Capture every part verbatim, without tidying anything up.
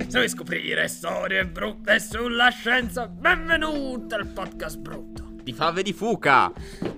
su scoprire storie brutte sulla scienza. Benvenuti al podcast brutto di Fave di Fuca.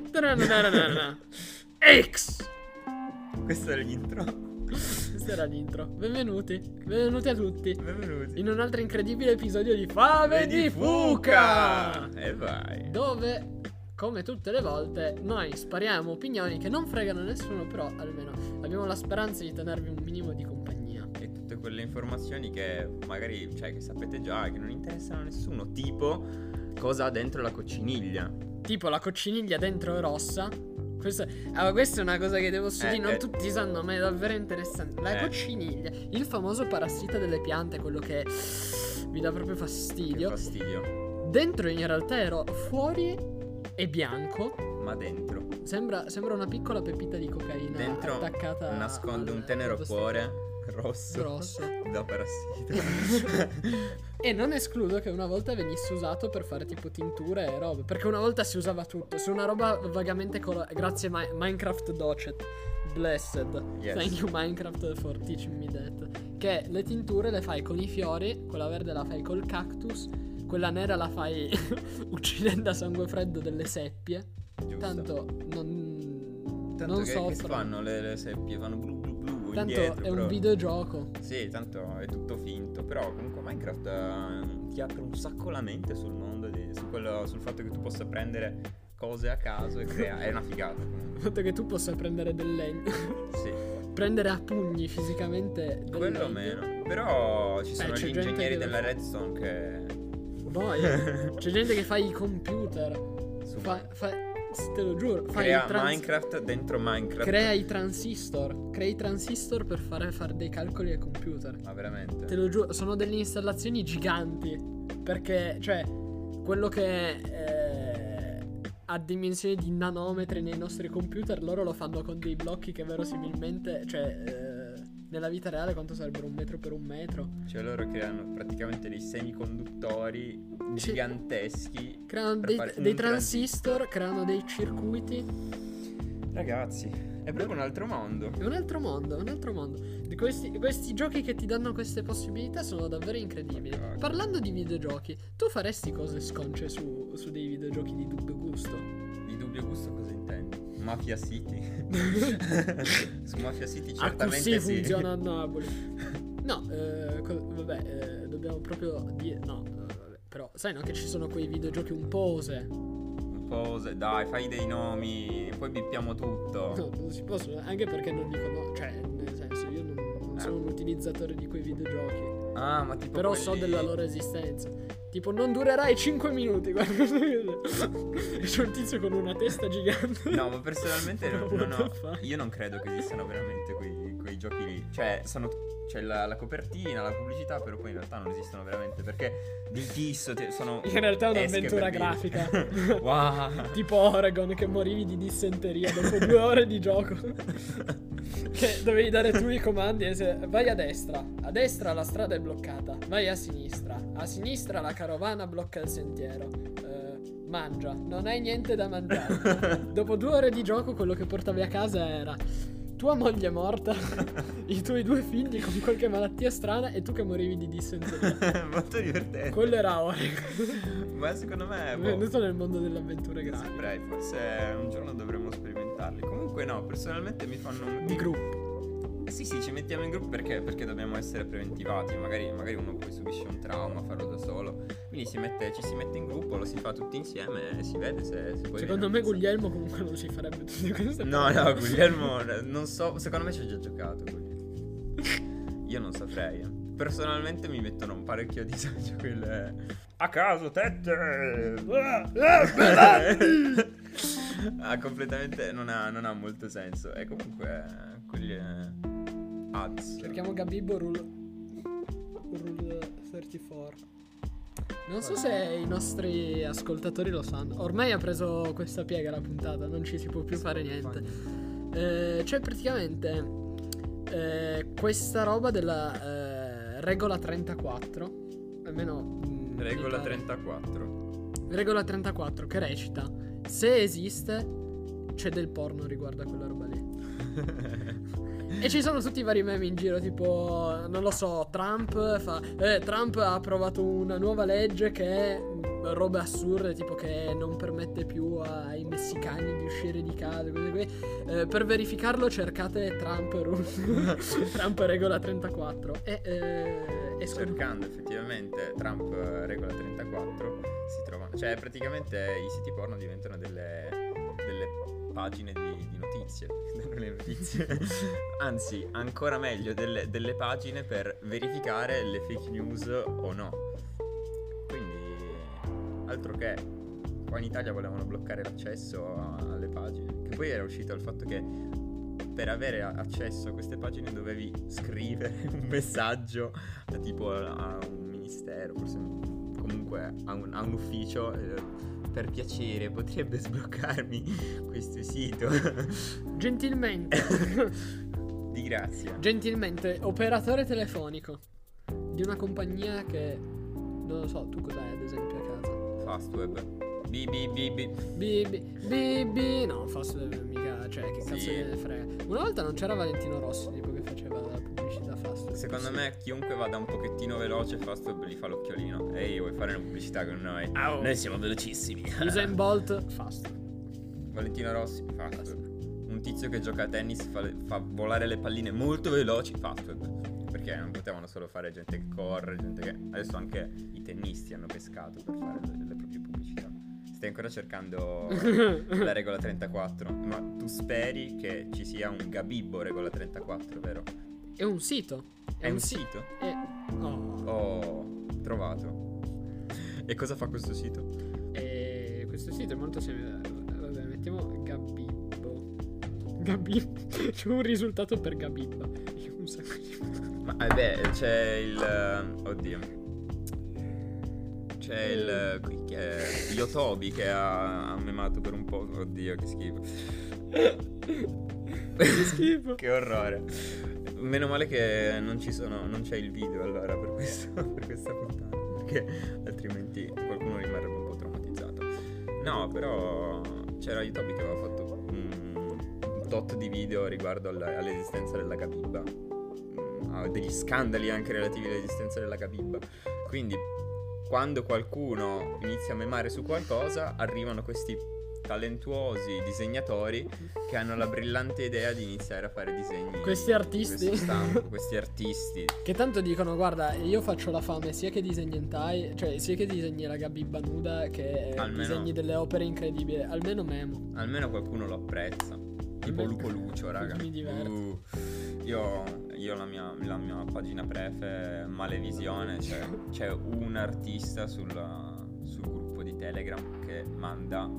X. Questo era l'intro. Questa era l'intro. Benvenuti. Benvenuti a tutti. Benvenuti in un altro incredibile episodio di Fave di, di Fuca. Fuca. E vai. Dove, come tutte le volte, noi spariamo opinioni che non fregano nessuno, però almeno abbiamo la speranza di tenervi un minimo di compagnia. E tutte quelle informazioni che magari, cioè, che sapete già, che non interessano a nessuno. Tipo, cosa ha dentro la cocciniglia. Tipo, la cocciniglia dentro è rossa. Questa, allora, questa è una cosa che devo dire, eh, non eh. tutti sanno, ma è davvero interessante. La eh. cocciniglia, il famoso parassita delle piante, quello che vi dà proprio fastidio. Che fastidio. Dentro in realtà ero fuori è bianco, ma dentro sembra, sembra una piccola pepita di cocaina dentro attaccata. nasconde al, un tenero cuore rosso, rosso da parassita. E non escludo che una volta venisse usato per fare tipo tinture e robe, perché una volta si usava tutto su una roba vagamente colo- grazie Mi- Minecraft Docet, blessed, yes. Thank you Minecraft for teaching me that. Che le tinture le fai con i fiori, quella verde la fai col cactus, quella nera la fai uccidendo a sangue freddo delle seppie. Giusto. Tanto non Tanto non che, soffrono. che fanno le, le seppie, fanno blu blu blu Tanto indietro, è un però. videogioco. Sì, tanto è tutto finto. Però comunque Minecraft uh, ti apre un sacco la mente sul mondo di, su quello, sul fatto che tu possa prendere cose a caso e creare. È una figata comunque. Il fatto che tu possa prendere del legno. Sì. Prendere a pugni fisicamente del Quello legno. meno. Però ci sono c'è gli gente ingegneri che- della Redstone che Poi c'è gente che fa i computer. su Fa, fa, te lo giuro, fa crea i trans- Minecraft dentro Minecraft. crea i transistor. Crea i transistor per fare, fare dei calcoli al computer. Ma veramente? Te lo giuro, sono delle installazioni giganti. Perché, cioè, quello che eh, ha dimensioni di nanometri nei nostri computer, loro lo fanno con dei blocchi che verosimilmente, cioè, eh, nella vita reale quanto sarebbero un metro per un metro. Cioè loro creano praticamente dei semiconduttori Sì. giganteschi. Creano per dei, fare un dei transistor, creano dei circuiti. Ragazzi, è proprio un altro mondo. È un altro mondo, è un altro mondo. Di questi, questi giochi che ti danno queste possibilità sono davvero incredibili. Ragazzi. Parlando di videogiochi, tu faresti cose sconce su, su dei videogiochi di dubbio gusto? Di dubbio gusto cosa intendi? Mafia City. Su Mafia City Ah, certamente così sì. funziona a Napoli. No, eh, co- vabbè, eh, dobbiamo proprio dire. No, eh, vabbè, però sai, no, che ci sono quei videogiochi un po' osè. Un po', se- dai, fai dei nomi, poi bippiamo tutto. No, non si possono, anche perché non li conosco. Cioè, nel senso, io non, non Eh. sono un utilizzatore di quei videogiochi. Ah, ma tipo Però quelli... so della loro esistenza. Tipo, non durerai cinque minuti. Guarda, c'è un tizio con una testa gigante. No, ma personalmente No, no, what no, the fuck? io non credo che esistano veramente quei, quei giochi lì. Cioè, sono, c'è la, la copertina, la pubblicità, però poi in realtà non esistono veramente. Perché di fisso te- sono... In realtà è esche un'avventura per grafica. dire. Wow. Tipo Oregon, che morivi di dissenteria dopo due ore di gioco. Che dovevi dare tu i comandi e se... Vai a destra. A destra la strada è bloccata. Vai a sinistra. A sinistra la carovana blocca il sentiero. Eh, mangia. Non hai niente da mangiare. Dopo due ore di gioco quello che portavi a casa era tua moglie morta, i tuoi due figli con qualche malattia strana e tu che morivi di dissenteria. Molto divertente. Quello era Oregon. Ma secondo me... È boh, venuto nel mondo delle avventure non grafiche. saprei, forse un giorno dovremmo sperimentarli. Comunque no, personalmente mi fanno... Di gruppo. Eh sì sì, ci mettiamo in gruppo perché, perché dobbiamo essere preventivati. Magari, magari uno poi subisce un trauma a farlo da solo. Quindi si mette, ci si mette in gruppo, lo si fa tutti insieme e si vede se, se poi Secondo viene me ammazzato. Guglielmo comunque non si farebbe tutte queste No, cose. no, Guglielmo, non so, secondo me ci ha già giocato Guglielmo. Io non saprei, eh. Personalmente mi mettono un parecchio a disagio quelle... A caso, tette! Ah, completamente, non ha, non ha molto senso. E comunque, quelli... eh, ads. Cerchiamo Gabibbo Rule Rule trentaquattro. Non so se i nostri ascoltatori lo sanno. Ormai ha preso questa piega la puntata, non ci si può più fare niente. Eh, cioè praticamente eh, questa roba della eh, regola trentaquattro, almeno mm, mi Regola pare. trentaquattro. Regola trentaquattro che recita: se esiste c'è del porno riguardo a quella roba lì. E ci sono tutti i vari meme in giro, tipo, non lo so, Trump fa eh, Trump ha approvato una nuova legge che è robe assurde, tipo che non permette più ai messicani di uscire di casa, così qui. Eh, per verificarlo cercate Trump ru- Trump regola trentaquattro e eh, escono. Cercando effettivamente Trump eh, regola trentaquattro si trovano, cioè praticamente i siti porno diventano delle, delle pagine di, di notizie, danno le notizie. Anzi, ancora meglio, delle, delle pagine per verificare le fake news o no. Quindi altro che, qua in Italia volevano bloccare l'accesso alle pagine, che poi era uscito il fatto che per avere accesso a queste pagine dovevi scrivere un messaggio a, tipo a un ministero, forse comunque a un, a un ufficio, eh, per piacere potrebbe sbloccarmi questo sito. Gentilmente Di grazia. Gentilmente operatore telefonico di una compagnia che non lo so, tu cos'hai ad esempio a casa? Fastweb. B B B B. B B B B no, Fastweb mica, cioè che Sì. cazzo ne frega. Una volta non c'era Valentino Rossi tipo che faceva la pubblicità Fastweb. Secondo Sì. me chiunque vada un pochettino veloce Fastweb gli fa l'occhiolino. Ehi, vuoi fare una pubblicità con noi? Au. Noi siamo velocissimi. Usain Bolt Fastweb. Valentino Rossi, Fastweb. Un tizio che gioca a tennis fa, le- fa volare le palline molto veloci, Fastweb. Perché non potevano solo fare gente che corre, gente che... Adesso anche i tennisti hanno pescato per fare le, le proprie pubblicità. Stai ancora cercando la regola trentaquattro, ma tu speri che ci sia un Gabibbo regola trentaquattro, vero? È un sito. È un si- sito? È... Oh. Oh, trovato. E cosa fa questo sito? E questo sito è molto semplice. Vabbè, mettiamo Gabibbo. Gabibbo. C'è un risultato per Gabibba. Io un sacco di... Ma eh beh, c'è il... Oddio. C'è il... qui che è Yotobi che ha, ha memato per un po'. Oddio, che schifo. Che schifo. Che orrore. Meno male che non ci sono, non c'è il video allora per questo, per questa puntata, perché altrimenti qualcuno rimarrebbe un po' traumatizzato. No, però c'era Yotobi che aveva fatto un, un tot di video riguardo alla- all'esistenza della Gabibba, mm, a degli scandali anche relativi all'esistenza della Gabibba. Quindi quando qualcuno inizia a memare su qualcosa, arrivano questi talentuosi disegnatori che hanno la brillante idea di iniziare a fare disegni. Questi artisti. Questo stampo, questi artisti. Che tanto dicono, guarda, io faccio la fame sia che disegni hentai, cioè sia che disegni la Gabibba nuda, che Almeno- disegni delle opere incredibili. Almeno memo. Almeno qualcuno lo apprezza. Tipo Almeno- Lupo Lucio, raga. Mi diverte. Uh, io, io la mia, la mia pagina prefe Malevisione, c'è, c'è un artista sulla- sul gruppo di Telegram che manda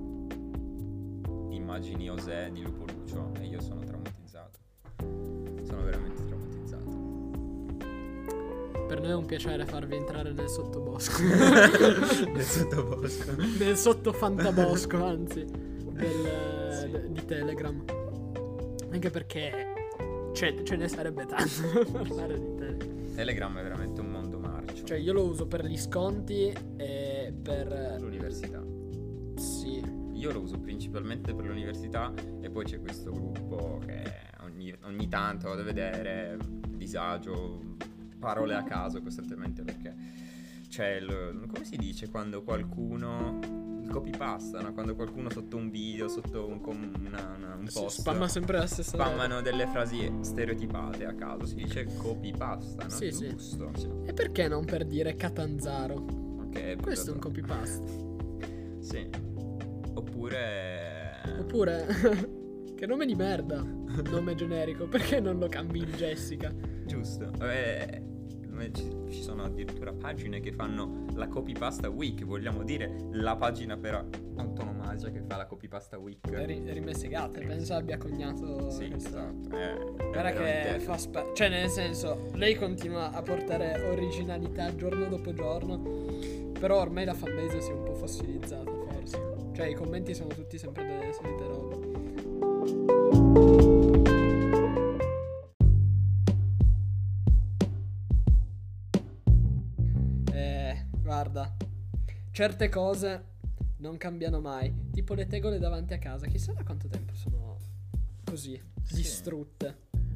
immagini osè di Lupo Lucio e io sono traumatizzato. Sono veramente traumatizzato. Per noi è un piacere farvi entrare nel sottobosco. Nel sottobosco. Nel sottofantabosco, anzi, del, Sì. de- di Telegram. Anche perché ce, ce ne sarebbe tanto da parlare di Telegram. Telegram è veramente un mondo marcio. Cioè, io lo uso per gli sconti e per... l'università. Sì. Io lo uso principalmente per l'università e poi c'è questo gruppo che ogni, ogni tanto vado a vedere, disagio, parole a caso costantemente perché c'è il... come si dice quando qualcuno... il copypasta, no? Quando qualcuno sotto un video, sotto un, com- una, una, un Si post spamma sempre la stessa spammano delle frasi stereotipate a caso, si dice copypasta, no? Sì, sì. Giusto, sì. E perché non per dire Catanzaro? Ok, Questo è un esatto. copypaste. Sì. Oppure... Oppure che nome di merda. Nome generico. Perché non lo cambi in Jessica? Giusto. Eh, ci, ci sono addirittura pagine che fanno la copypasta week, vogliamo dire la pagina per antonomasia che fa la copypasta week. Ri- rimesse gatte. Penso abbia cognato. Sì, questa- esatto. Eh, è Guarda che veramente- fa spa- cioè nel senso, lei continua a portare originalità giorno dopo giorno. Però ormai la fanbase si è un po' fossilizzata forse. Cioè i commenti sono tutti sempre delle solite robe. Eh, guarda, certe cose non cambiano mai. Tipo le tegole davanti a casa. Chissà da quanto tempo sono così, Sì. distrutte.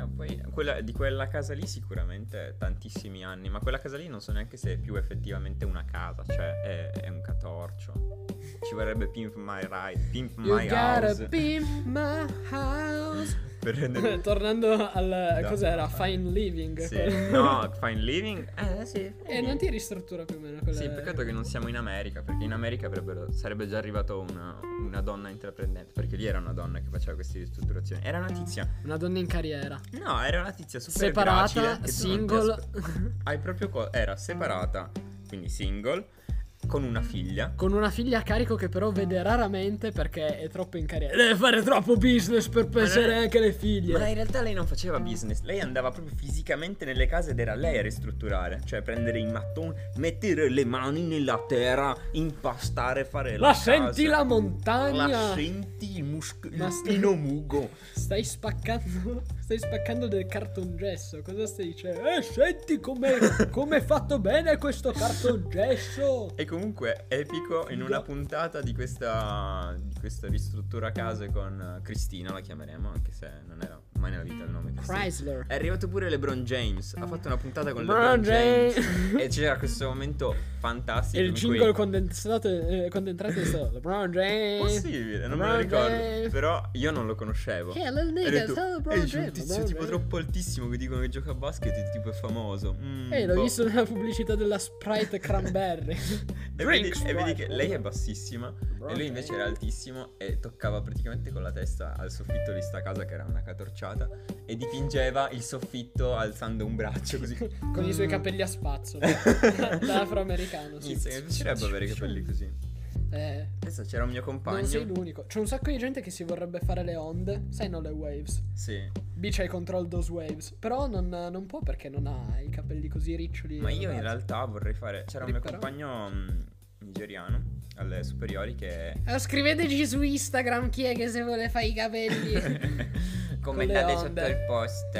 Eh, poi quella, di quella casa lì sicuramente tantissimi anni, ma quella casa lì non so neanche se è più effettivamente una casa, cioè è, è un catorcio. Ci vorrebbe Pimp My Ride, Pimp You My gotta House. pimp my house. Per rendere... Tornando al No. cos'era? Fine living. Sì. quello. No, Fine Living. Eh sì. E non ti ristruttura più o meno quella. Sì, peccato che non siamo in America, perché in America avrebbero, sarebbe già arrivato una, una donna intraprendente, perché lì era una donna che faceva queste ristrutturazioni. Era una tizia. Una donna in carriera. No, era una tizia super Separata, gracile, che tu non ti single. aspe- Hai proprio co- era separata, quindi single, con una figlia. Con una figlia a carico che però vede raramente perché è troppo in carriera. Deve fare troppo business per pensare non è- anche alle figlie. Ma in realtà lei non faceva business, lei andava proprio fisicamente nelle case ed era lei a ristrutturare, cioè prendere i mattoni, mettere le mani nella terra, impastare, fare la, La casa. senti la montagna? La senti il muschio, Ma il stai- pino mugo. Stai spaccando. Stai spaccando del cartongesso. Cosa stai dicendo? Eh, senti come come è fatto bene questo cartongesso. E comunque epico in una puntata di questa di questa ristruttura case con Cristina, la chiameremo, anche se non era mai nella vita il nome Cristina. Chrysler. È arrivato pure LeBron James, ha fatto una puntata con LeBron LeBron James, James. e c'era questo momento fantastico E il in jingle cui... condensato eh, condensato è stato LeBron James. Possibile, non me lo LeBron ricordo, James. però io non lo conoscevo. Che little E ho nigga, detto, sta LeBron "Ehi, c'è un James, tizio LeBron tipo James." troppo altissimo che dicono che gioca a basket e tipo è famoso. Mm, Eh, l'ho boh. visto nella pubblicità della Sprite Cranberry. E vedi, Drink e vedi Sprite. che lei è bassissima LeBron e lui invece era altissimo e toccava praticamente con la testa al soffitto di sta casa che era una catorciata e dipingeva il soffitto alzando un braccio così. Con i suoi capelli a spazzolo. Da afroamericano, sì. Inizia, mi piacerebbe avere i capelli così. Eh, Adesso c'era un mio compagno. non sei l'unico. C'è un sacco di gente che si vorrebbe fare le onde. Sai, non le waves. Sì. Beach I control those waves. Però non, non può perché non ha i capelli così riccioli. Ma e io in rosati. realtà vorrei fare. C'era un mio Ripperò? compagno mh, nigeriano alle superiori che. Eh, scriveteci su Instagram chi è che se vuole fare i capelli. Commentate le sotto onde. il post.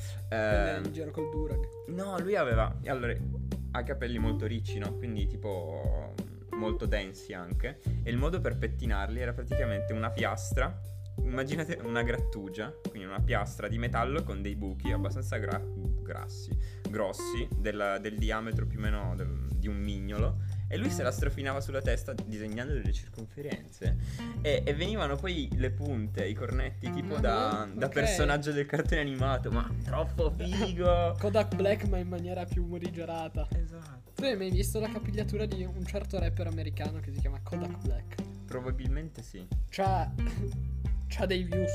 Quelle Ehm, in giro col Durag. No, lui aveva. Allora, ha capelli molto ricci, no? Quindi tipo molto densi anche. E il modo per pettinarli era praticamente una piastra. Immaginate una grattugia, quindi una piastra di metallo con dei buchi abbastanza gra- grassi, grossi, del, del diametro più o meno del- di un mignolo. E lui se la strofinava sulla testa disegnando delle circonferenze. E, e venivano poi le punte, i cornetti, tipo da, Mhm, da ok. personaggio del cartone animato. Ma troppo figo! Kodak Black ma in maniera più morigerata. Esatto. Tu hai mai visto la capigliatura di un certo rapper americano che si chiama Kodak Black? Probabilmente sì. C'ha. C'ha dei views.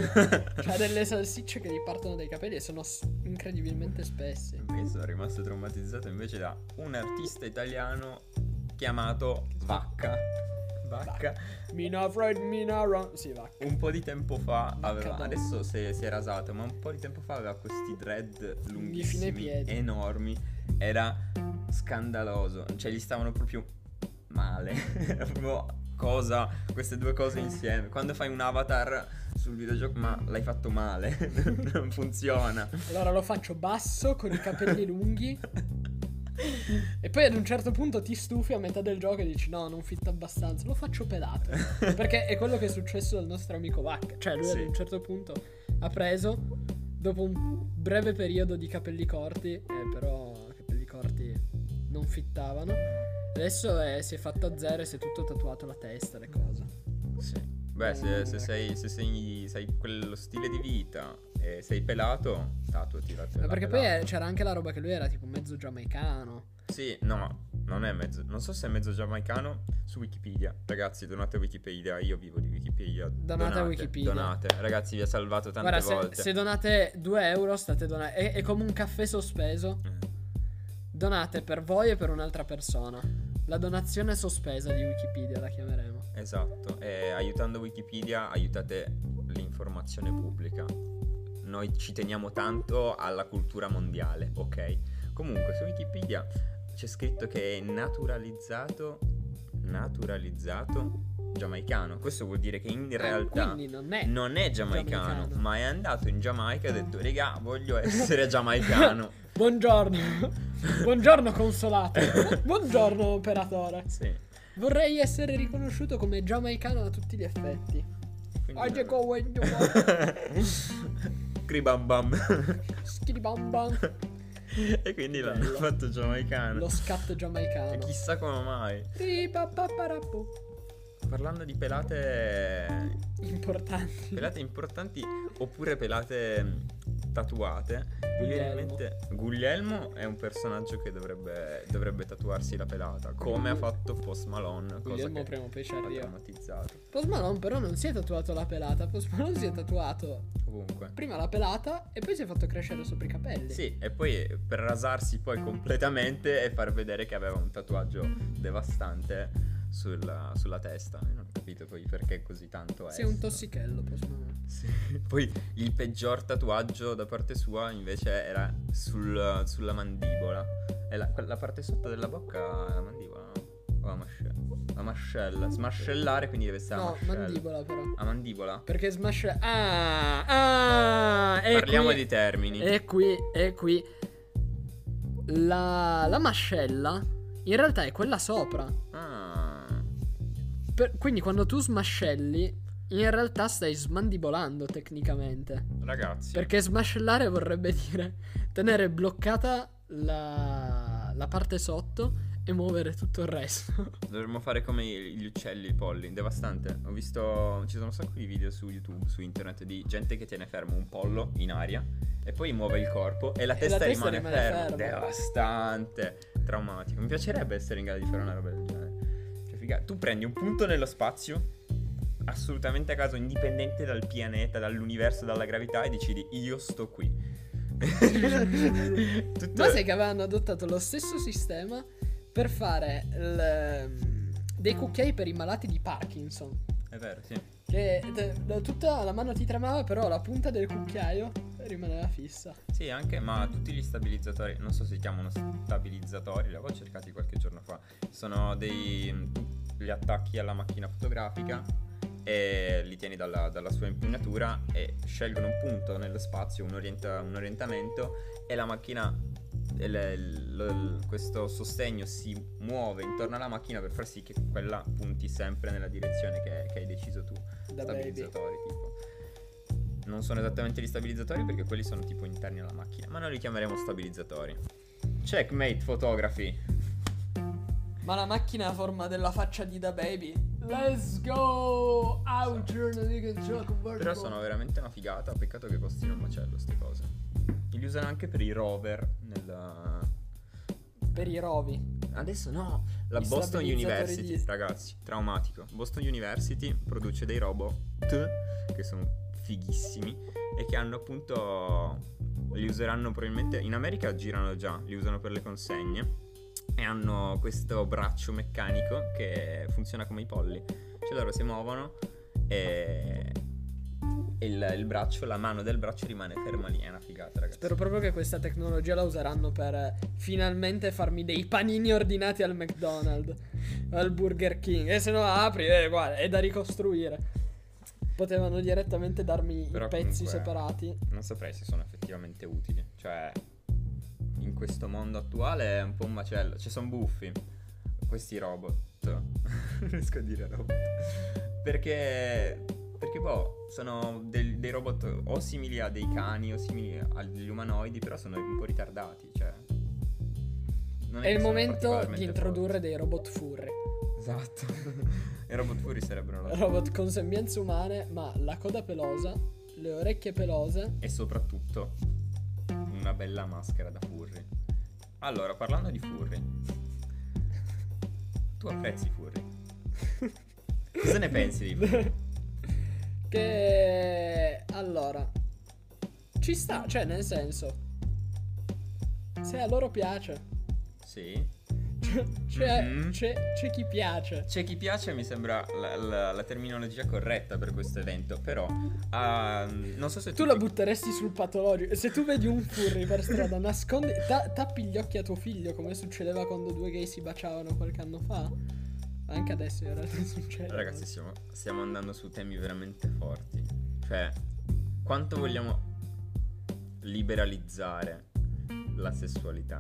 C'ha delle salsicce che gli partono dai capelli e sono s- incredibilmente spessi. Io sono rimasto traumatizzato invece da un artista italiano chiamato Vacca. Vacca. Mina Freud, Mina Ron. Sì, va. Un po' di tempo fa aveva, Vacca. adesso si è, si è rasato, ma un po' di tempo fa aveva questi dread fino ai lunghissimi, piedi. enormi. Era scandaloso, cioè gli stavano proprio male. Era proprio cosa, queste due cose insieme. Quando fai un avatar sul videogioco, ma l'hai fatto male, non funziona. Allora lo faccio basso con i capelli lunghi. E poi ad un certo punto ti stufi a metà del gioco e dici no, non fitta abbastanza. Lo faccio pelato. Perché è quello che è successo al nostro amico Vacca. Cioè lui Sì. ad un certo punto ha preso, dopo un breve periodo di capelli corti, eh, però capelli corti non fittavano. Adesso è- si è fatto a zero e si è tutto tatuato la testa, le cose. Sì. Beh, se, se sei, se sei, sei quello stile di vita e sei pelato, tatuati la Ma la perché poi pelata. eh, c'era anche la roba che lui era tipo mezzo giamaicano. Sì, no, non è mezzo. Non so se è mezzo giamaicano su Wikipedia. Ragazzi, donate a Wikipedia. Io vivo di Wikipedia. Donate a Wikipedia. Donate. Ragazzi, vi ha salvato tante Guarda, se, volte. se donate due euro state donando. È, è come un caffè sospeso. Eh, Donate per voi e per un'altra persona. La donazione sospesa di Wikipedia la chiameremo. Esatto. E aiutando Wikipedia aiutate l'informazione pubblica. Noi ci teniamo tanto alla cultura mondiale, ok? Comunque su Wikipedia c'è scritto che è naturalizzato naturalizzato giamaicano. Questo vuol dire che in realtà Ah, quindi non è. non è giamaicano, giamaicano. ma è andato in Giamaica e ha detto "Regà, voglio essere giamaicano". Buongiorno. Buongiorno consolato. Buongiorno operatore. Sì. Vorrei essere riconosciuto come giamaicano a tutti gli effetti. Quindi- I go when you want. scribam bam. Schiribam bam. E quindi l'hanno Bello. fatto giamaicano. Lo scat E giamaicano. chissà come mai. Ripapaparapu. Parlando di pelate Importanti. pelate importanti oppure pelate mh, tatuate, mi viene in Guglielmo. mente Guglielmo è un personaggio che dovrebbe, dovrebbe tatuarsi la pelata, come ha fatto Post Malone, cosa Guglielmo che prima o poi ci ha arriva. traumatizzato Post Malone però non si è tatuato la pelata. Post Malone si è tatuato ovunque. prima la pelata e poi si è fatto crescere sopra i capelli. Sì, e poi per rasarsi poi completamente e far vedere che aveva un tatuaggio devastante sulla, sulla testa. Io non ho capito poi perché così tanto è. Sì, un tossichello Post Malone. Sì. Poi il peggior tatuaggio da parte sua invece era sul- sulla mandibola. E la, la parte sotto della bocca è la mandibola, no? O la mascella? La mascella. Smascellare, quindi deve essere la No, mascella. mandibola però. La mandibola? Perché smash. Ah, ah, e Parliamo qui, di termini. E qui, e qui. La, la mascella in realtà è quella sopra. Ah. Per- quindi quando tu smascelli, in realtà stai smandibolando tecnicamente. Ragazzi. Perché smascellare vorrebbe dire tenere bloccata la, la parte sotto e muovere tutto il resto. Dovremmo fare come i- gli uccelli, i polli. Devastante. Ho visto. Ci sono un sacco di video su YouTube, su internet, di gente che tiene fermo un pollo in aria e poi muove il corpo e la E testa, la testa rimane, rimane ferma. ferma. Devastante. Traumatico. Mi piacerebbe essere in grado di fare una roba del genere. Che figata. Tu prendi un punto nello spazio, assolutamente a caso, indipendente dal pianeta, dall'universo, dalla gravità, e decidi io sto qui. Tutto- Ma sai che avevano adottato lo stesso sistema per fare il- dei cucchiai per i malati di Parkinson. È vero, sì. Che te- tutta la mano ti tremava, però la punta del cucchiaio rimaneva fissa. Sì, anche, ma tutti gli stabilizzatori, non so se si chiamano stabilizzatori, li avevo cercati qualche giorno fa. Sono dei. Tu li attacchi alla macchina fotografica e li tieni dalla, dalla sua impugnatura e scelgono un punto nello spazio, un, orienta- un orientamento, e la macchina, il- il- il- questo sostegno si muove intorno alla macchina per far sì che quella punti sempre nella direzione che, che hai deciso tu. Da baby. Stabilizzatori, tipo. Non sono esattamente gli stabilizzatori perché quelli sono tipo interni alla macchina, ma noi li chiameremo stabilizzatori. Checkmate Photography. Ma la macchina a forma della faccia di Da Baby. Let's go! Out Però sono veramente una figata, peccato che costino un macello ste cose. Li usano anche per i rover nella... per i rovi. Adesso no, la Gli Boston stabilizzatori University, di- ragazzi, traumatico. Boston University produce dei robot che sono fighissimi e che hanno appunto, li useranno probabilmente, in America girano già, li usano per le consegne e hanno questo braccio meccanico che funziona come i polli. Cioè loro si muovono e il, il braccio, la mano del braccio rimane ferma lì. È una figata, ragazzi. Spero proprio che questa tecnologia la useranno per eh, finalmente farmi dei panini ordinati al McDonald's, al Burger King. E se no apri, eh, guarda, è da ricostruire. Potevano direttamente darmi Però i pezzi comunque separati. non saprei se sono effettivamente utili. Cioè, in questo mondo attuale è un po' un macello. Cioè, sono buffi questi robot. Non riesco a dire robot. Perché, perché boh, sono del- dei robot o simili a dei cani o simili a degli umanoidi, però sono un po' ritardati. Cioè, non È che il sono momento di particolarmente introdurre dei robot furry. forti. Esatto. I robot furry sarebbero la Robot con sembianze umane, ma la coda pelosa, le orecchie pelose. e soprattutto una bella maschera da furry. Allora, parlando di furry, tu apprezzi i furry? Cosa ne pensi di furry? Che allora ci sta, cioè nel senso, se a loro piace, Sì. c'è, Mhm. c'è, c'è chi piace. C'è chi piace, mi sembra la, la- la terminologia corretta per questo evento. Però ah, non so se Tu la butteresti sul patologico. Se tu vedi un furry per strada, nascondi, ta- tappi gli occhi a tuo figlio, come succedeva quando due gay si baciavano qualche anno fa. Anche adesso in realtà succede. Ragazzi, stiamo, stiamo andando su temi veramente forti. Cioè, quanto vogliamo liberalizzare la sessualità.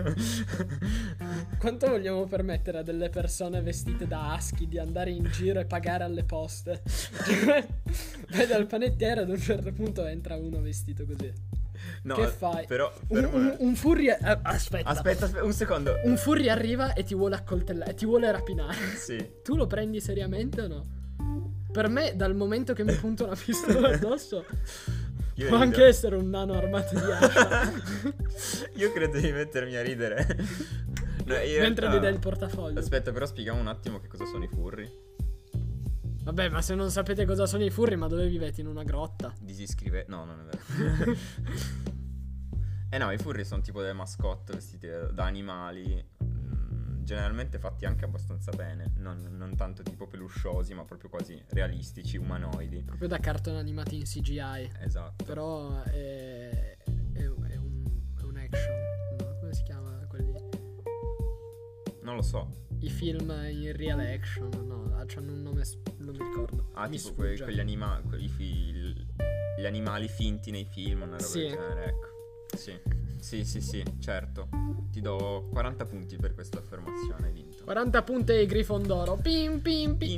Quanto vogliamo permettere a delle persone vestite da husky di andare in giro e pagare alle poste? Vai dal panettiere, ad un certo punto entra uno vestito così. No, che fai? Però, un, però un, un furry eh, aspetta. aspetta, aspetta, un secondo. Un furry arriva e ti vuole accoltellare, ti vuole rapinare. Sì. Tu lo prendi seriamente o no? Per me, dal momento che mi punta una pistola addosso, Io può rido. anche essere un nano armato di ascia. Io credo di mettermi a ridere. No, in Mentre realtà- gli dai il portafoglio. Aspetta, però spieghiamo un attimo che cosa sono i furry. Vabbè, ma se non sapete cosa sono i furry, ma dove vivete? In una grotta? Disiscrive... No, non è vero. Eh no, i furry sono tipo delle mascotte vestiti da animali, mm, generalmente fatti anche abbastanza bene, non, non tanto tipo pelusciosi, ma proprio quasi realistici, umanoidi. Proprio da cartoni animati in C G I. Esatto. Però è, è, è, un, è un action, no? Come si chiama quelli? Non lo so. I film in real action, no? Hanno un nome, s- non mi ricordo. Ah, Mi tipo que- sfugge. quegli animali, quelli fi- gli animali finti nei film, una roba Sì. del genere, ecco. Sì. Sì, sì, sì, certo. Ti do quaranta punti per questa affermazione, hai vinto. quaranta punti ai Grifondoro. Pim pim Pim, pim.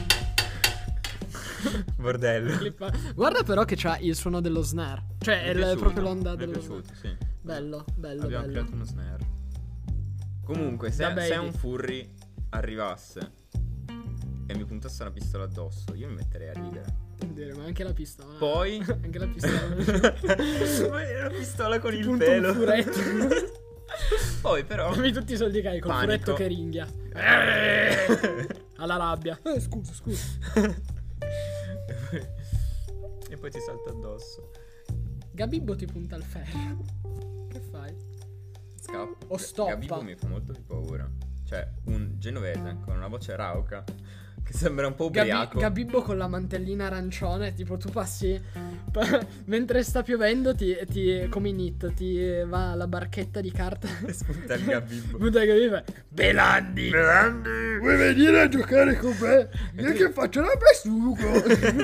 pim. Bordello. Clippa. Guarda però che c'ha il suono dello snare. Cioè Mi è, è il- piaciuto, proprio l'onda mi è dello piaciuto, snare. sì. Bello, bello, Abbiamo bello. creato uno snare. Comunque, se, Da se baby. un furry arrivasse e mi puntasse una pistola addosso, io mi metterei a ridere. Dire, ma anche la pistola. Poi Anche la pistola. Ma era una pistola con il Punto pelo. un furetto. Poi però Dammi tutti i soldi che hai col Panico. furetto che ringhia. Alla rabbia. Eh, scusa, scusa. E poi ti salta addosso. Gabibbo ti punta il ferro. Che fai? Scappa. O stoppa. Gabibbo mi fa molto più paura. Cioè, un genovese con una voce rauca che sembra un po' Gabi- ubriaco. Gabibbo con la mantellina arancione. Tipo tu passi pa- mentre sta piovendo ti, ti come in It ti va la barchetta di carta. E spunta il Gabibbo. Punta il Gabibbo. Belandi. Grandi. Vuoi venire a giocare con me? Io che faccio la besugo.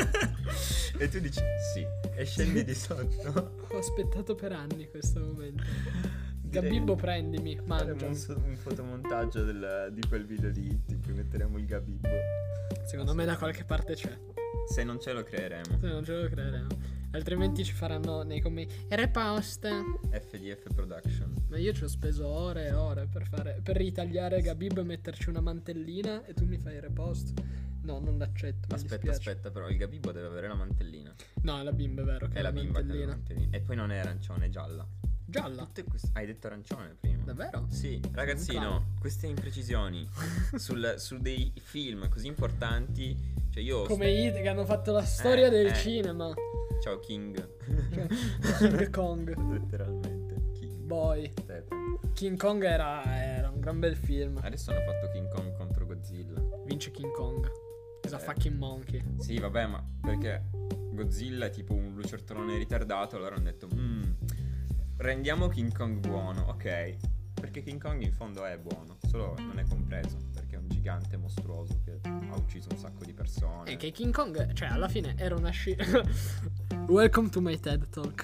E tu dici sì. E scendi di sotto. Ho aspettato per anni questo momento. Direi- Gabibbo prendimi, Faremo mangia. un, so- un fotomontaggio del- di quel video di It in cui metteremo il Gabibbo. Secondo me da qualche parte c'è. Se non ce lo creeremo. Se non ce lo crederemo. Altrimenti ci faranno nei commenti repost. F D F Production. Ma io ci ho speso ore e ore per fare per ritagliare Gabibbo e metterci una mantellina e tu mi fai repost. No, non l'accetto. Mi Aspetta, dispiace. aspetta, però il Gabibbo deve avere la mantellina. No, è la bimba, è vero. Che È la bimba che ha la mantellina. mantellina. E poi non è arancione, è gialla. Gialla. Tutte queste- Hai detto arancione prima. Davvero? Sì, Un ragazzino, clown. queste imprecisioni sul- su dei film così importanti. Cioè io Come It che hanno fatto la storia Eh, del eh. cinema. Ciao King. Cioè, King Kong. Letteralmente King. Boy. Stephen. King Kong era, era un gran bel film. Adesso hanno fatto King Kong contro Godzilla. Vince King Kong. Is a Eh. fucking monkey. Sì, vabbè, ma perché Godzilla è tipo un lucertolone ritardato, allora hanno detto "Mm, rendiamo King Kong buono, ok. Perché King Kong in fondo è buono, solo non è compreso, perché è un gigante mostruoso che ha ucciso un sacco di persone. E che King Kong, cioè alla fine era una sci... Welcome to my TED Talk.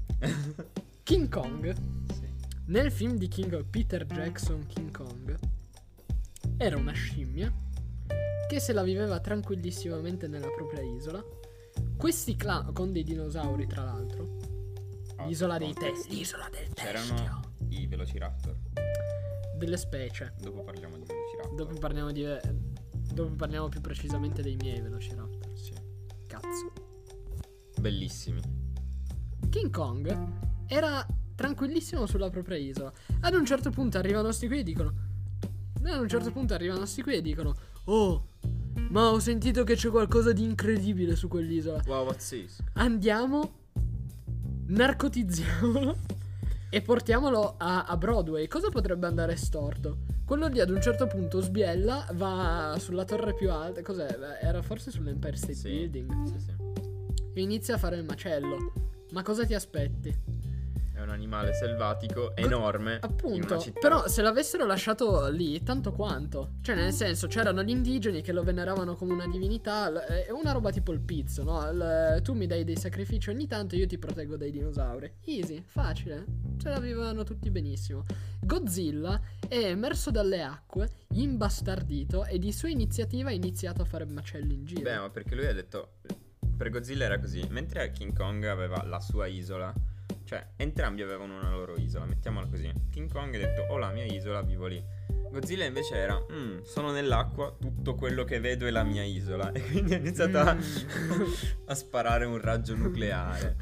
King Kong, Sì. nel film di King Peter Jackson King Kong, era una scimmia che se la viveva tranquillissimamente nella propria isola. Questi clan, con dei dinosauri tra l'altro, Ah, l'isola dei contesto. testi, l'isola del C'erano teschio, i Velociraptor. delle specie. Dopo parliamo di Velociraptor. Dopo parliamo di... Dopo parliamo più precisamente dei miei Velociraptor. Sì. Cazzo. Bellissimi. King Kong era tranquillissimo sulla propria isola. Ad un certo punto arrivano sti qui e dicono Ad un certo punto arrivano sti qui e dicono "Oh, ma ho sentito che c'è qualcosa di incredibile su quell'isola. Wow, what's this? Andiamo, narcotizziamolo e portiamolo a, a Broadway. Cosa potrebbe andare storto?" Quello lì ad un certo punto sbiella, va sulla torre più alta. Cos'è? Era forse sull'Empire State Sì, Building. sì, sì. E inizia a fare il macello. Ma cosa ti aspetti? È un animale selvatico enorme. in Appunto, una città. però se l'avessero lasciato lì, tanto quanto. Cioè, nel senso, c'erano gli indigeni che lo veneravano come una divinità. l- È una roba tipo il pizzo, no? Il- tu mi dai dei sacrifici ogni tanto, io ti proteggo dai dinosauri. Easy, facile. ce la vivevano tutti benissimo. Godzilla è emerso dalle acque, imbastardito, e di sua iniziativa ha iniziato a fare macelli in giro. Beh, ma perché lui ha detto, per Godzilla era così, mentre King Kong aveva la sua isola, cioè entrambi avevano una loro isola, mettiamola così. King Kong ha detto, ho la mia isola, vivo lì. Godzilla invece era, mm, sono nell'acqua, tutto quello che vedo è la mia isola. E quindi ha iniziato a, a sparare un raggio nucleare.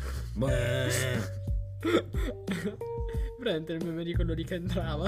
Prende il meme di quello lì che entrava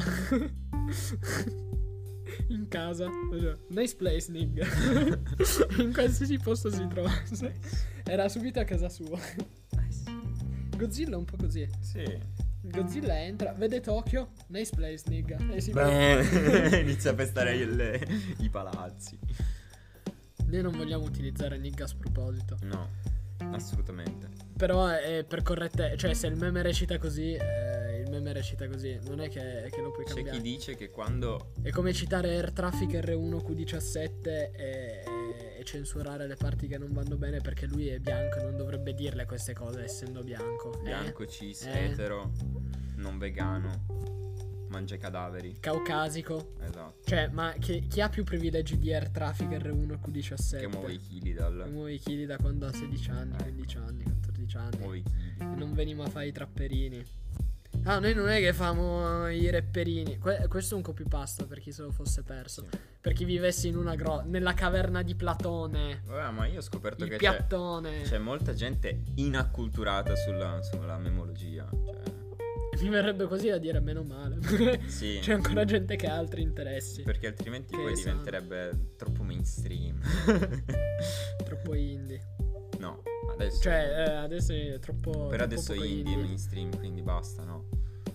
in casa, cioè, nice place nigga. In qualsiasi posto si trovasse, era subito a casa sua. Godzilla è un po' così. Sì. Godzilla entra, vede Tokyo, nice place nigga, e si inizia a pestare il, i palazzi. Noi non vogliamo utilizzare nigga a sproposito. No, assolutamente. Però è per corrette, cioè se il meme recita così, eh, il meme recita così, non è che, che lo puoi C'è cambiare. chi dice che quando È come citare Air Traffic R uno Q diciassette e, e, e censurare le parti che non vanno bene perché lui è bianco e non dovrebbe dirle queste cose essendo bianco. bianco, eh? cis, Eh? etero, non vegano, mangia i cadaveri. Caucasico. Esatto. Cioè, ma chi, chi ha più privilegi di Air Traffic R uno Q diciassette? Che muove i chili dal... Che muove i chili da quando ha sedici anni, Eh. quindici anni, quattordici anni. Muove i chili. E non veniamo a fare i trapperini. Ah, noi non è che famo i rapperini. Que- questo è un copypasta per chi se lo fosse perso. Sì. Per chi vivesse in una gro- nella caverna di Platone. Vabbè, ma io ho scoperto Il che c'è, piattone. c'è molta gente inacculturata sulla, sulla memologia. Cioè, Mi verrebbe così a dire meno male. sì. C'è ancora gente che ha altri interessi. Perché altrimenti Che poi sano. diventerebbe troppo mainstream. Troppo indie. No, adesso... Cioè, eh, adesso è troppo. per troppo adesso poco indie è mainstream, quindi basta, no?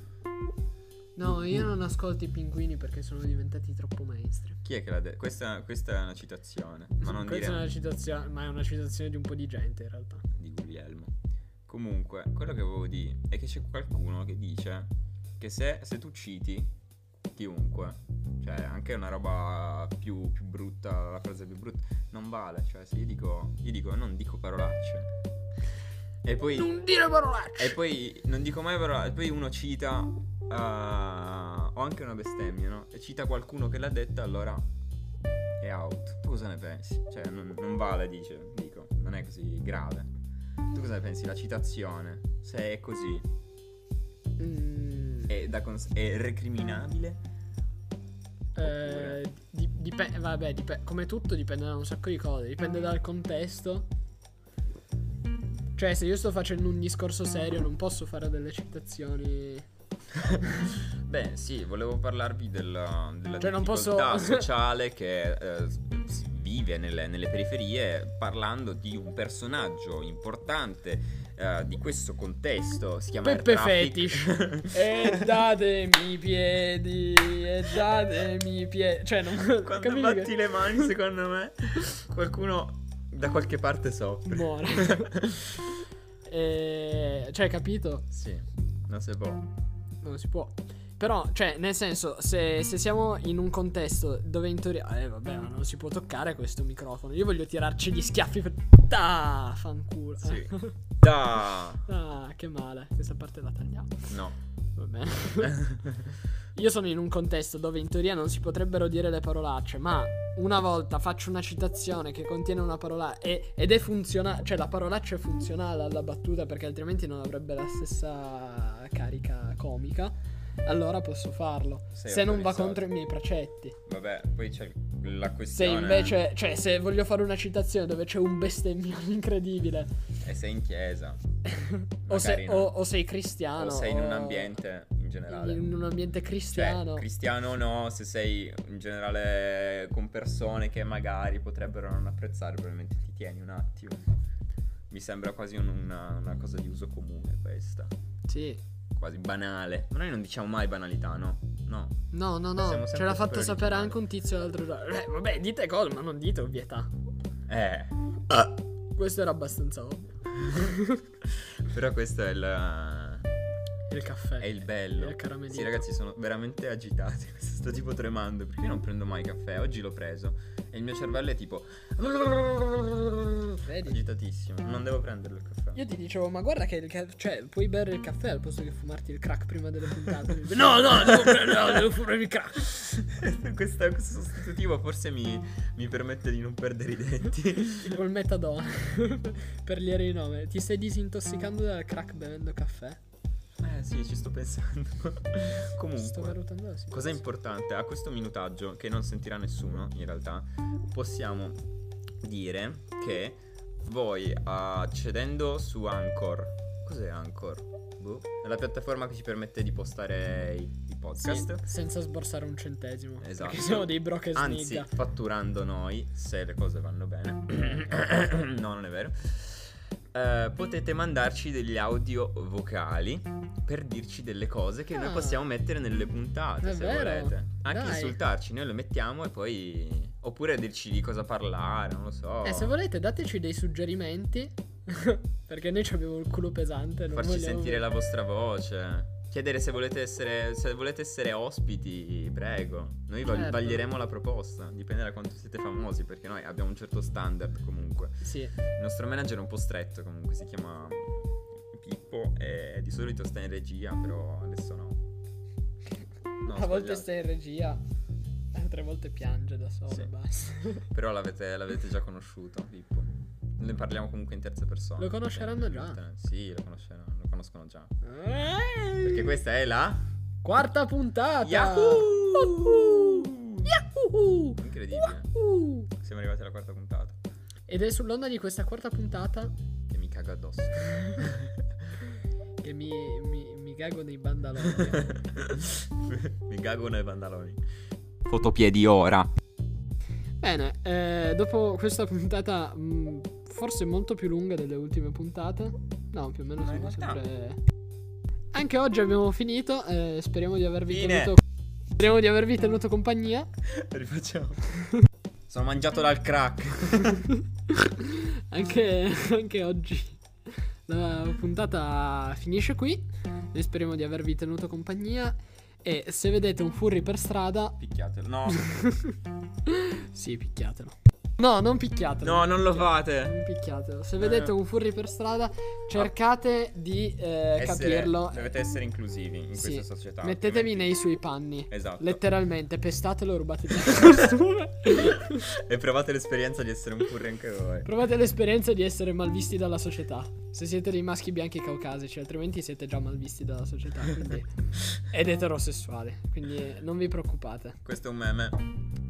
No, io non ascolto i pinguini perché sono diventati troppo mainstream. Chi è che l'ha detto? Questa, questa è una citazione, ma non Questa dire è una citazione, ma è una citazione di un po' di gente in realtà. di Guglielmo. Comunque, quello che avevo di è che c'è qualcuno che dice che se, se tu citi chiunque, cioè anche una roba più, più brutta, la frase più brutta, non vale. Cioè se io dico, io dico non dico parolacce. E poi Non dire parolacce. E poi non dico mai parolacce. E poi uno cita uh, o anche una bestemmia, no? E cita qualcuno che l'ha detta, allora è out. Tu cosa ne pensi? Cioè non, non vale, dice, dico, non è così grave. Tu cosa ne pensi? La citazione, se è così, Mm, è, da cons- è recriminabile? eh, di- dip- vabbè, dip- come tutto dipende da un sacco di cose. Dipende dal contesto. Cioè, se io sto facendo un discorso serio, non posso fare delle citazioni. Beh, sì, volevo parlarvi della, della Cioè, non difficoltà posso- sociale che eh, si vive nelle, nelle periferie, parlando di un personaggio importante eh, di questo contesto. Si chiama Air Peppe Traffic. Fetish. E datemi i piedi. E datemi i piedi. Cioè, non Quando capisci batti che- le mani, secondo me, qualcuno da qualche parte soffre. muore. E... Cioè, capito? Sì, non si può. Non si può. Però, cioè, nel senso, se, se siamo in un contesto dove in teoria... Eh, vabbè, ma non si può toccare questo microfono. Io voglio tirarci gli schiaffi per... Ah, fanculo. Sì. Da. Ah, che male. Questa parte la tagliamo. No. Va bene. Io sono in un contesto dove in teoria non si potrebbero dire le parolacce, ma una volta faccio una citazione che contiene una parola e- ed è funzionale, cioè la parolaccia è funzionale alla battuta perché altrimenti non avrebbe la stessa carica comica, allora posso farlo. Sei se non va autorizzato. contro i miei precetti. Vabbè, poi c'è la Se questione. invece, cioè se voglio fare una citazione dove c'è un bestemmione incredibile E sei in chiesa. o, se- Magari no. o- o sei cristiano O sei in un ambiente in generale. in un ambiente cristiano. Cioè, cristiano o no, se sei in generale con persone che magari potrebbero non apprezzare, probabilmente ti tieni un attimo. Mi sembra quasi un- una, una cosa di uso comune questa. Sì. Quasi banale. Ma noi non diciamo mai banalità, no? No. No, no, no, Siamo ce sempre l'ha fatto super sapere originali. anche un tizio l'altro giorno. Eh, vabbè, dite cose, ma non dite ovvietà. Eh. Questo era abbastanza ovvio. Però questo è il, E il caffè. È il bello. E il caramellino. Sì, ragazzi, sono veramente agitati. Sto tipo tremando perché io non prendo mai caffè. Oggi l'ho preso e il mio cervello è tipo Vedi? agitatissimo. Non devo prenderlo il caffè. Io ti dicevo, ma guarda che il ca- cioè, puoi bere il caffè al posto che fumarti il crack prima delle puntate. No, no, devo, prendere, no, devo fumare il crack. Questa, questo sostitutivo forse mi, mi permette di non perdere i denti. Tipo il metadone. Per gli erinome. Ti stai disintossicando dal crack bevendo caffè? Eh sì, ci sto pensando. Comunque, Sto valutando la situazione. cosa importante, a questo minutaggio, che non sentirà nessuno in realtà, possiamo dire che voi accedendo su Anchor, cos'è Anchor? Boh. È la piattaforma che ci permette di postare i, i podcast. Sì, senza sborsare un centesimo. Esatto. Perché siamo dei broke Anzi, snigga. fatturando noi, se le cose vanno bene. No, non è vero. Eh, potete mandarci degli audio vocali per dirci delle cose che Ah, noi possiamo mettere nelle puntate, è se vero? volete. Anche Dai. insultarci, noi lo mettiamo e poi... Oppure dirci di cosa parlare, non lo so. Eh, se volete dateci dei suggerimenti. Perché noi ci abbiamo il culo pesante. Non Farci vogliamo- sentire la vostra voce. Chiedere se volete essere se volete essere ospiti, prego. Noi val- Certo. vaglieremo la proposta. Dipende da quanto siete famosi, perché noi abbiamo un certo standard comunque. Sì. Il nostro manager è un po' stretto comunque, si chiama Pippo e di solito sta in regia, però adesso no. No, A volte sbagliato. sta in regia, altre volte piange da solo. Sì. Basta. Però l'avete, l'avete già conosciuto, Pippo. Ne parliamo comunque in terza persona. Lo conosceranno Quindi, già. Sì, lo conosceranno, lo conoscono già. Perché Perché questa è la quarta puntata. Yahoo! Yahoo! Yahoo! Incredibile. Yahoo! Siamo arrivati alla quarta puntata. Ed è sull'onda di questa quarta puntata E mi cago addosso. che mi, mi, mi cago nei bandaloni. Mi cago nei pantaloni. Fotopiedi ora. Bene, eh, dopo questa puntata mh, forse molto più lunga delle ultime puntate. No, più o meno Ma in siamo realtà- sempre... Anche oggi abbiamo finito, eh, speriamo di avervi Fine. tenuto Speriamo di avervi tenuto compagnia. Rifacciamo. Sono mangiato dal crack. anche, anche oggi la puntata finisce qui. Noi speriamo di avervi tenuto compagnia. E se vedete un furry per strada, Picchiatelo. No. sì, picchiatelo. No, non picchiatelo. No, non lo Picchiatelo. fate. Non picchiatelo. Se vedete un furry per strada, cercate di eh, Essere- capirlo. Dovete essere inclusivi in Sì. questa società. Mettetevi altrimenti- nei suoi panni. Esatto. Letteralmente, pestatelo e rubategli il costume. E provate l'esperienza di essere un furry anche voi. Provate l'esperienza di essere malvisti dalla società. Se siete dei maschi bianchi caucasici, altrimenti siete già malvisti dalla società. Quindi ed eterosessuali. Quindi non vi preoccupate. Questo è un meme.